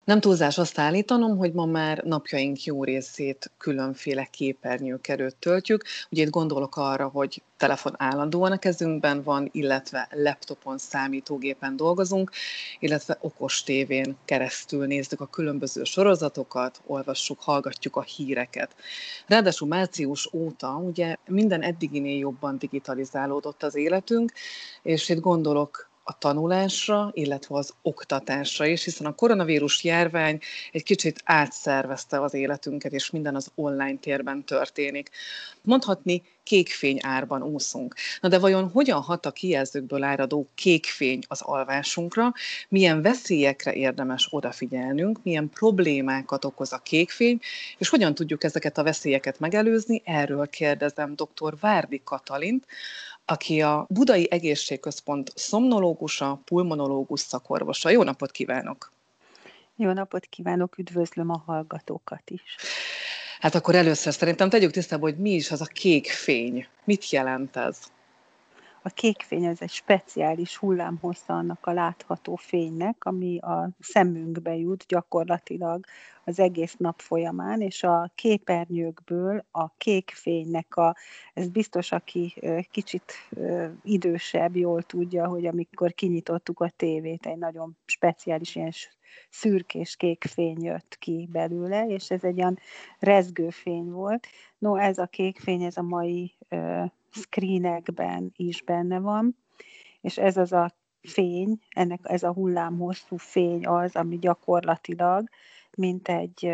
Nem túlzás azt állítanom, hogy ma már napjaink jó részét különféle képernyők előtt töltjük. Ugye itt gondolok arra, hogy telefon állandóan a kezünkben van, illetve laptopon, számítógépen dolgozunk, illetve okos tévén keresztül nézzük a különböző sorozatokat, olvassuk, hallgatjuk a híreket. Ráadásul március óta ugye minden eddiginél jobban digitalizálódott az életünk, és itt gondolok a tanulásra, illetve az oktatásra is, hiszen a koronavírus járvány egy kicsit átszervezte az életünket, és minden az online térben történik. Mondhatni, kékfény árban úszunk. Na de vajon hogyan hat a kijelzőkből áradó kékfény az alvásunkra, milyen veszélyekre érdemes odafigyelnünk, milyen problémákat okoz a kékfény, és hogyan tudjuk ezeket a veszélyeket megelőzni, erről kérdezem dr. Várdi Katalint, aki a Budai Egészségközpont szomnológusa, pulmonológus szakorvosa. Jó napot kívánok! Jó napot kívánok, üdvözlöm a hallgatókat is. Hát akkor először szerintem tegyük tisztába, hogy mi is az a kék fény. Mit jelent ez? A kék fény az egy speciális hullámhossza annak a látható fénynek, ami a szemünkbe jut gyakorlatilag az egész nap folyamán, és a képernyőkből a kék fénynek ez biztos, aki kicsit idősebb, jól tudja, hogy amikor kinyitottuk a tévét, egy nagyon speciális ilyen szürkés kék fény jött ki belőle, és ez egy olyan rezgő fény volt. No, ez a kék fény, ez a mai screenekben is benne van, és ez az a fény, ez a hullámhosszú fény az, ami gyakorlatilag mint egy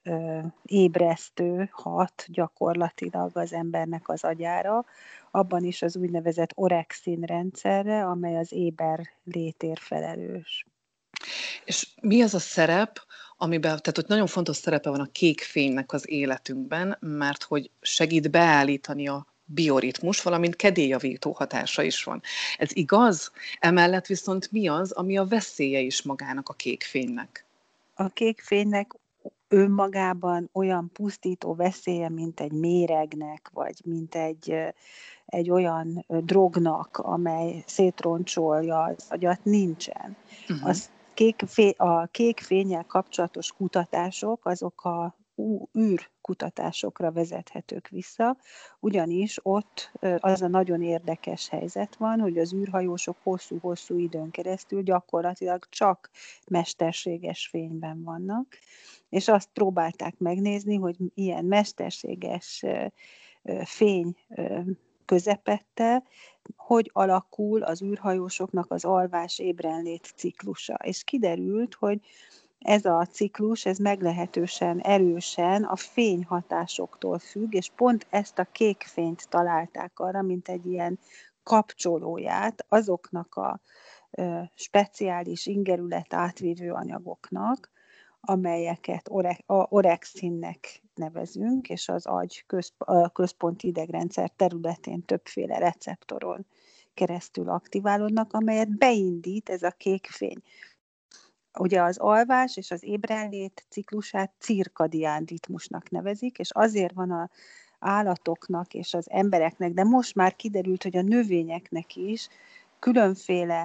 ébresztő hat gyakorlatilag az embernek az agyára, abban is az úgynevezett orexin rendszerre, amely az éber létért felelős. És mi az a szerep, tehát ott nagyon fontos szerepe van a kék fénynek az életünkben, mert hogy segít beállítani a bioritmus, valamint kedélyjavító hatása is van. Ez igaz? Emellett viszont mi az, ami a veszélye is magának a kék fénynek? A kék fénynek önmagában olyan pusztító veszélye, mint egy méregnek, vagy mint egy olyan drognak, amely szétroncsolja az agyat, nincsen. A kék fénnyel kapcsolatos kutatások, azok a űrkutatásokra vezethetők vissza, ugyanis ott az a nagyon érdekes helyzet van, hogy az űrhajósok hosszú-hosszú időn keresztül gyakorlatilag csak mesterséges fényben vannak, és azt próbálták megnézni, hogy ilyen mesterséges fény közepette, hogy alakul az űrhajósoknak az alvás-ébrenlét ciklusa. És kiderült, hogy ez a ciklus, ez meglehetősen erősen a fényhatásoktól függ, és pont ezt a kék fényt találták arra, mint egy ilyen kapcsolóját azoknak a speciális ingerület átvívő anyagoknak, amelyeket orexinnek nevezünk, és az agy központi idegrendszer területén többféle receptoron keresztül aktiválódnak, amelyet beindít ez a kék fény. Ugye az alvás és az ébrenlét ciklusát cirkadián ritmusnak nevezik, és azért van az állatoknak és az embereknek, de most már kiderült, hogy a növényeknek is különféle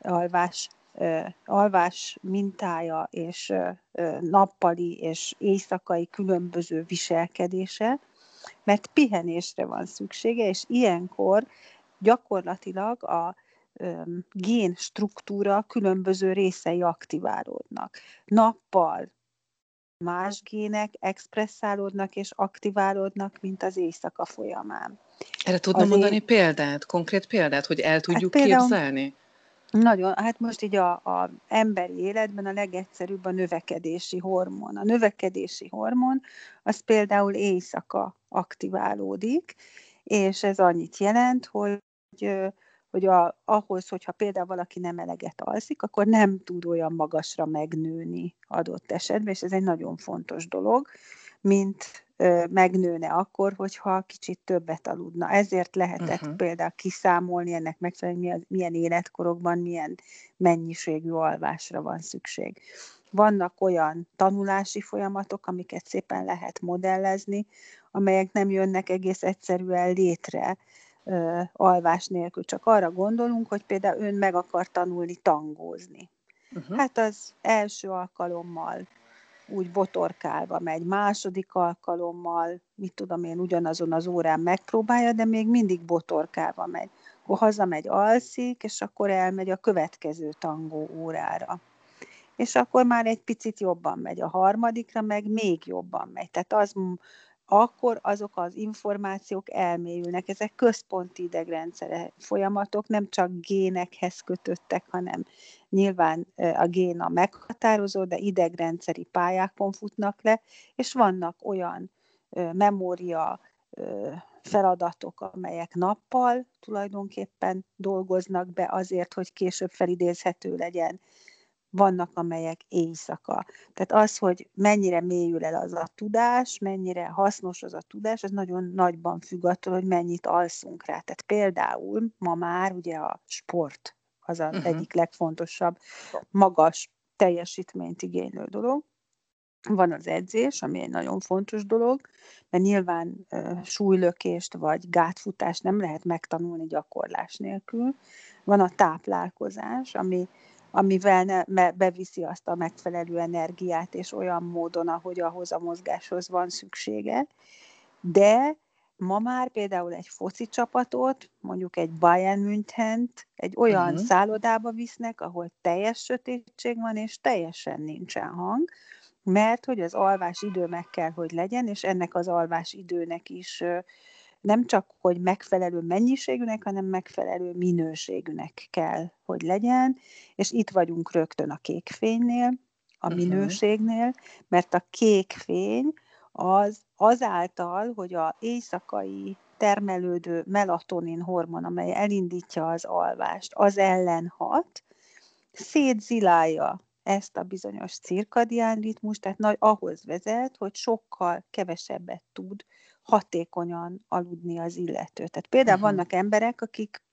alvás mintája és nappali és éjszakai különböző viselkedése, mert pihenésre van szüksége, és ilyenkor gyakorlatilag a gén struktúra különböző részei aktiválódnak. Nappal más gének expresszálódnak és aktiválódnak, mint az éjszaka folyamán. Erre tudna mondani példát, konkrét példát, hogy el tudjuk képzelni? Nagyon, hát most így az emberi életben a legegyszerűbb a növekedési hormon. A növekedési hormon az például éjszaka aktiválódik, és ez annyit jelent, hogy ahhoz, hogyha például valaki nem eleget alszik, akkor nem tud olyan magasra megnőni adott esetben, és ez egy nagyon fontos dolog, mint megnőne akkor, hogyha kicsit többet aludna. Ezért lehetett például kiszámolni ennek megfelelően, milyen életkorokban milyen mennyiségű alvásra van szükség. Vannak olyan tanulási folyamatok, amiket szépen lehet modellezni, amelyek nem jönnek egész egyszerűen létre alvás nélkül. Csak arra gondolunk, hogy például ön meg akar tanulni tangózni. Hát az első alkalommal úgy botorkálva megy, második alkalommal, mit tudom én, ugyanazon az órán megpróbálja, de még mindig botorkálva megy. Akkor hazamegy, alszik, és akkor elmegy a következő tangó órára. És akkor már egy picit jobban megy, a harmadikra meg még jobban megy. Tehát akkor azok az információk elmélyülnek. Ezek központi idegrendszere folyamatok, nem csak génekhez kötöttek, hanem nyilván a gén a meghatározó, de idegrendszeri pályákon futnak le, és vannak olyan memória feladatok, amelyek nappal tulajdonképpen dolgoznak be azért, hogy később felidézhető legyen. Vannak, amelyek éjszaka. Tehát az, hogy mennyire mélyül el az a tudás, mennyire hasznos az a tudás, az nagyon nagyban függ attól, hogy mennyit alszunk rá. Tehát például ma már ugye a sport az az egyik legfontosabb, magas teljesítményt igénylő dolog. Van az edzés, ami egy nagyon fontos dolog, mert nyilván súlylökést vagy gátfutást nem lehet megtanulni gyakorlás nélkül. Van a táplálkozás, amivel beviszi azt a megfelelő energiát, és olyan módon, ahogy ahhoz a mozgáshoz van szüksége. De ma már például egy foci csapatot, mondjuk egy Bayern Münchent, egy olyan szállodába visznek, ahol teljes sötétség van, és teljesen nincsen hang, mert hogy az alvás idő meg kell, hogy legyen, és ennek az alvás időnek is nem csak, hogy megfelelő mennyiségűnek, hanem megfelelő minőségűnek kell, hogy legyen, és itt vagyunk rögtön a kékfénynél, a minőségnél, mert a kékfény az azáltal, hogy az éjszakai termelődő melatonin hormon, amely elindítja az alvást, az ellen hat, szétzilálja ezt a bizonyos cirkadián ritmus, tehát ahhoz vezet, hogy sokkal kevesebbet tud hatékonyan aludni az illető. Tehát például vannak emberek, akik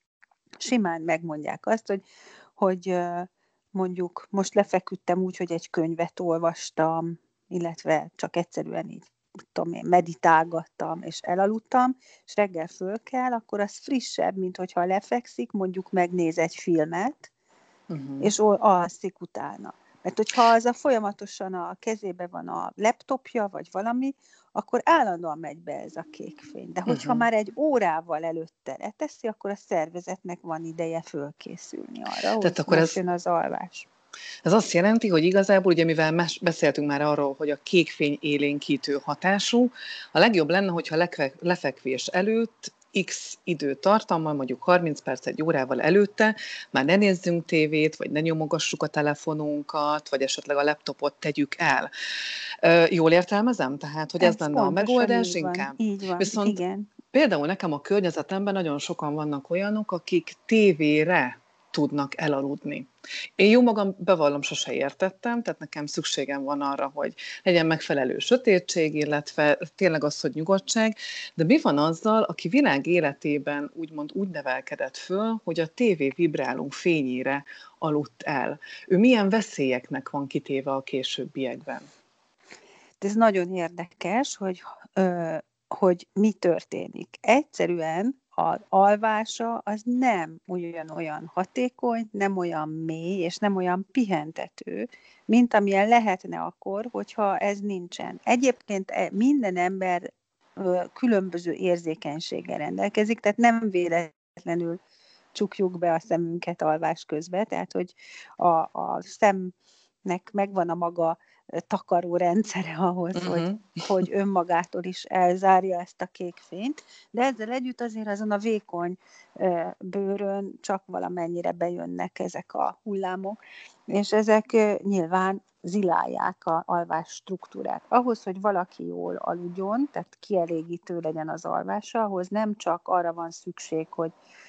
simán megmondják azt, hogy mondjuk most lefeküdtem úgy, hogy egy könyvet olvastam, illetve csak egyszerűen így tudom én, meditálgattam, és elaludtam, és reggel föl kell, akkor az frissebb, mint hogyha lefekszik, mondjuk megnéz egy filmet, és alszik utána. Mert hogyha az folyamatosan a kezébe van a laptopja, vagy valami, akkor állandóan megy be ez a kékfény. De hogyha már egy órával előtte leteszi, akkor a szervezetnek van ideje fölkészülni arra, hogy most jön az alvás. Ez azt jelenti, hogy igazából, ugye mivel beszéltünk már arról, hogy a kékfény élénkítő hatású, a legjobb lenne, hogyha lefekvés előtt X időtartammal, mondjuk 30 perc, egy órával előtte már ne nézzünk tévét, vagy ne nyomogassuk a telefonunkat, vagy esetleg a laptopot tegyük el. Jól értelmezem? Tehát, hogy ez lenne a megoldás inkább? Így van, viszont igen. Például nekem a környezetemben nagyon sokan vannak olyanok, akik tévére tudnak elaludni. Én jó magam, bevallom, sose értettem, tehát nekem szükségem van arra, hogy legyen megfelelő sötétség, illetve tényleg az, hogy nyugodtság, de mi van azzal, aki világ életében úgymond úgy nevelkedett föl, hogy a tévé vibráló fényére aludt el. Ő milyen veszélyeknek van kitéve a későbbiekben? Ez nagyon érdekes, hogy mi történik. Egyszerűen az alvása az nem olyan hatékony, nem olyan mély, és nem olyan pihentető, mint amilyen lehetne akkor, hogyha ez nincsen. Egyébként minden ember különböző érzékenységgel rendelkezik, tehát nem véletlenül csukjuk be a szemünket alvás közben, tehát hogy a szemnek megvan a maga takaró rendszere ahhoz, hogy önmagától is elzárja ezt a kék fényt, de ezzel együtt azért azon a vékony bőrön csak valamennyire bejönnek ezek a hullámok, és ezek nyilván zilálják az alvás struktúrát. Ahhoz, hogy valaki jól aludjon, tehát kielégítő legyen az alvása, ahhoz nem csak arra van szükség, hogy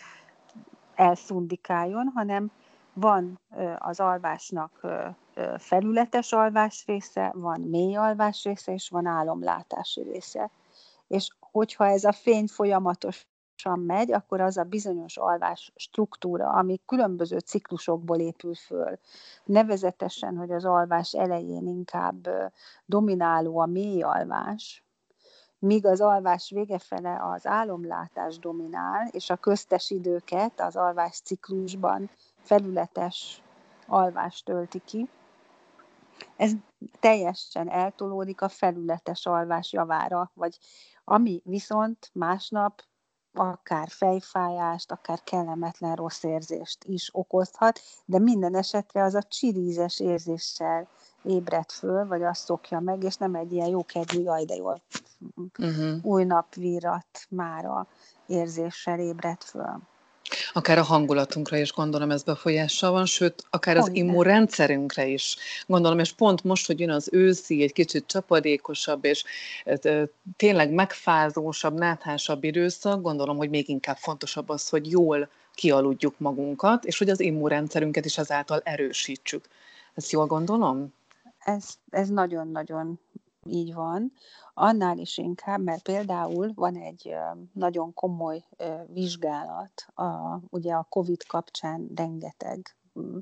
elszundikáljon, hanem van az alvásnak felületes alvás része, van mély alvás része, és van álomlátási része. És hogyha ez a fény folyamatosan megy, akkor az a bizonyos alvás struktúra, ami különböző ciklusokból épül föl, nevezetesen, hogy az alvás elején inkább domináló a mély alvás, míg az alvás vége fele az álomlátás dominál, és a köztes időket az alvás ciklusban felületes alvás tölti ki. Ez teljesen eltolódik a felületes alvás javára, vagy ami viszont másnap akár fejfájást, akár kellemetlen rossz érzést is okozhat, de minden esetre az a csirízes érzéssel ébred föl, vagy azt szokja meg, és nem egy ilyen jókedvű, jaj, de jól új nap virrat mára érzéssel ébred föl. Akár a hangulatunkra is gondolom ez befolyással van, sőt, akár az immunrendszerünkre is gondolom, és pont most, hogy jön az őszi, egy kicsit csapadékosabb, és tényleg megfázósabb, náthásabb időszak, gondolom, hogy még inkább fontosabb az, hogy jól kialudjuk magunkat, és hogy az immunrendszerünket is ezáltal erősítsük. Ezt jól gondolom? Ez nagyon-nagyon így van. Annál is inkább, mert például van egy nagyon komoly vizsgálat, ugye a COVID kapcsán rengeteg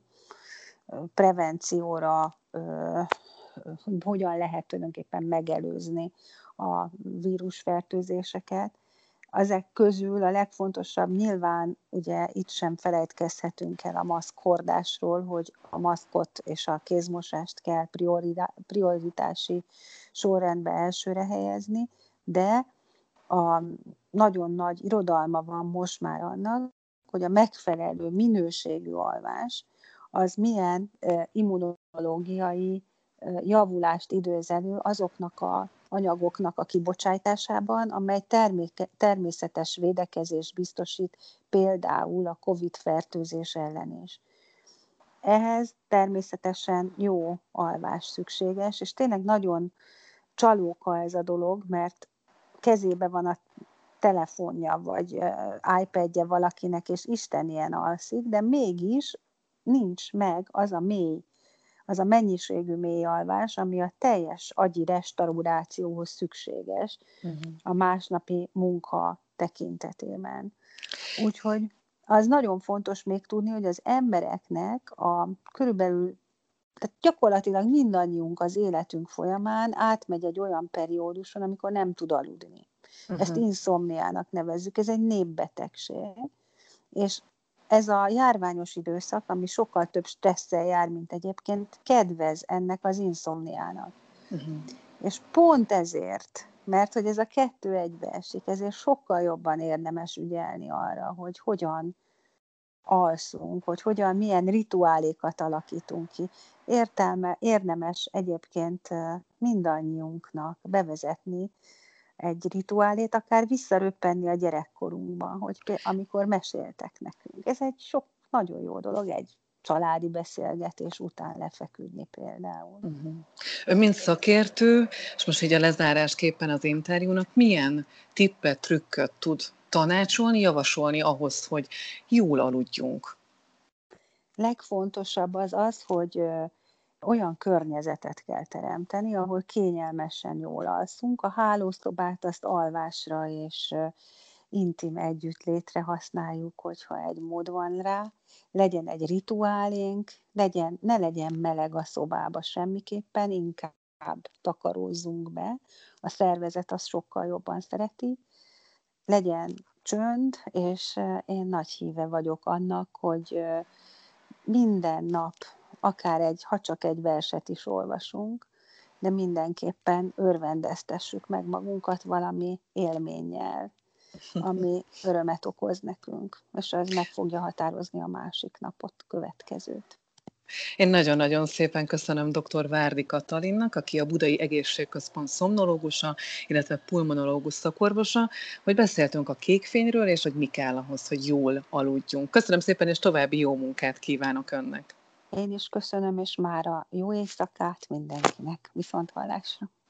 prevencióra, hogyan lehet tulajdonképpen megelőzni a vírusfertőzéseket. Ezek közül a legfontosabb nyilván, ugye itt sem felejtkezhetünk el a maszkhordásról, hogy a maszkot és a kézmosást kell prioritási sorrendbe elsőre helyezni, de a nagyon nagy irodalma van most már annak, hogy a megfelelő minőségű alvás az milyen immunológiai javulást időzelő azoknak a anyagoknak a kibocsátásában, amely természetes védekezést biztosít például a COVID-fertőzés ellen is. Ehhez természetesen jó alvás szükséges, és tényleg nagyon csalóka ez a dolog, mert kezébe van a telefonja, vagy iPadje valakinek, és Isten ilyen alszik, de mégis nincs meg az a mennyiségű mély alvás, ami a teljes agyi restaurációhoz szükséges a másnapi munka tekintetében. Úgyhogy az nagyon fontos még tudni, hogy az embereknek körülbelül, tehát gyakorlatilag mindannyiunk az életünk folyamán átmegy egy olyan perióduson, amikor nem tud aludni. Ezt inszomniának nevezzük, ez egy népbetegség, és ez a járványos időszak, ami sokkal több stresszel jár, mint egyébként, kedvez ennek az inszomniának. És pont ezért, mert hogy ez a kettő egybeesik, ezért sokkal jobban érdemes ügyelni arra, hogy hogyan alszunk, hogy milyen rituálékat alakítunk ki. Érdemes egyébként mindannyiunknak bevezetni egy rituálét, akár visszaröppenni a gyerekkorunkban, hogy amikor meséltek nekünk. Ez egy nagyon jó dolog, egy családi beszélgetés után lefeküdni például. Ön mint szakértő, és most így a lezárásképpen az interjúnak, milyen tippet, trükköt tud tanácsolni, javasolni ahhoz, hogy jól aludjunk? Legfontosabb az, hogy olyan környezetet kell teremteni, ahol kényelmesen jól alszunk. A hálószobát azt alvásra és intim együttlétre használjuk, hogyha egy mód van rá. Legyen egy rituálénk, ne legyen meleg a szobába semmiképpen, inkább takarózzunk be. A szervezet azt sokkal jobban szereti. Legyen csönd, és én nagy híve vagyok annak, hogy minden nap ha csak egy verset is olvasunk, de mindenképpen örvendeztessük meg magunkat valami élménnyel, ami örömet okoz nekünk, és az meg fogja határozni a másik napot, következőt. Én nagyon-nagyon szépen köszönöm dr. Várdi Katalinnak, aki a Budai Egészségközpont szomnológusa, illetve pulmonológus szakorvosa, hogy beszéltünk a kékfényről, és hogy mi kell ahhoz, hogy jól aludjunk. Köszönöm szépen, és további jó munkát kívánok önnek. Én is köszönöm, és mára jó éjszakát mindenkinek. Viszonthallásra!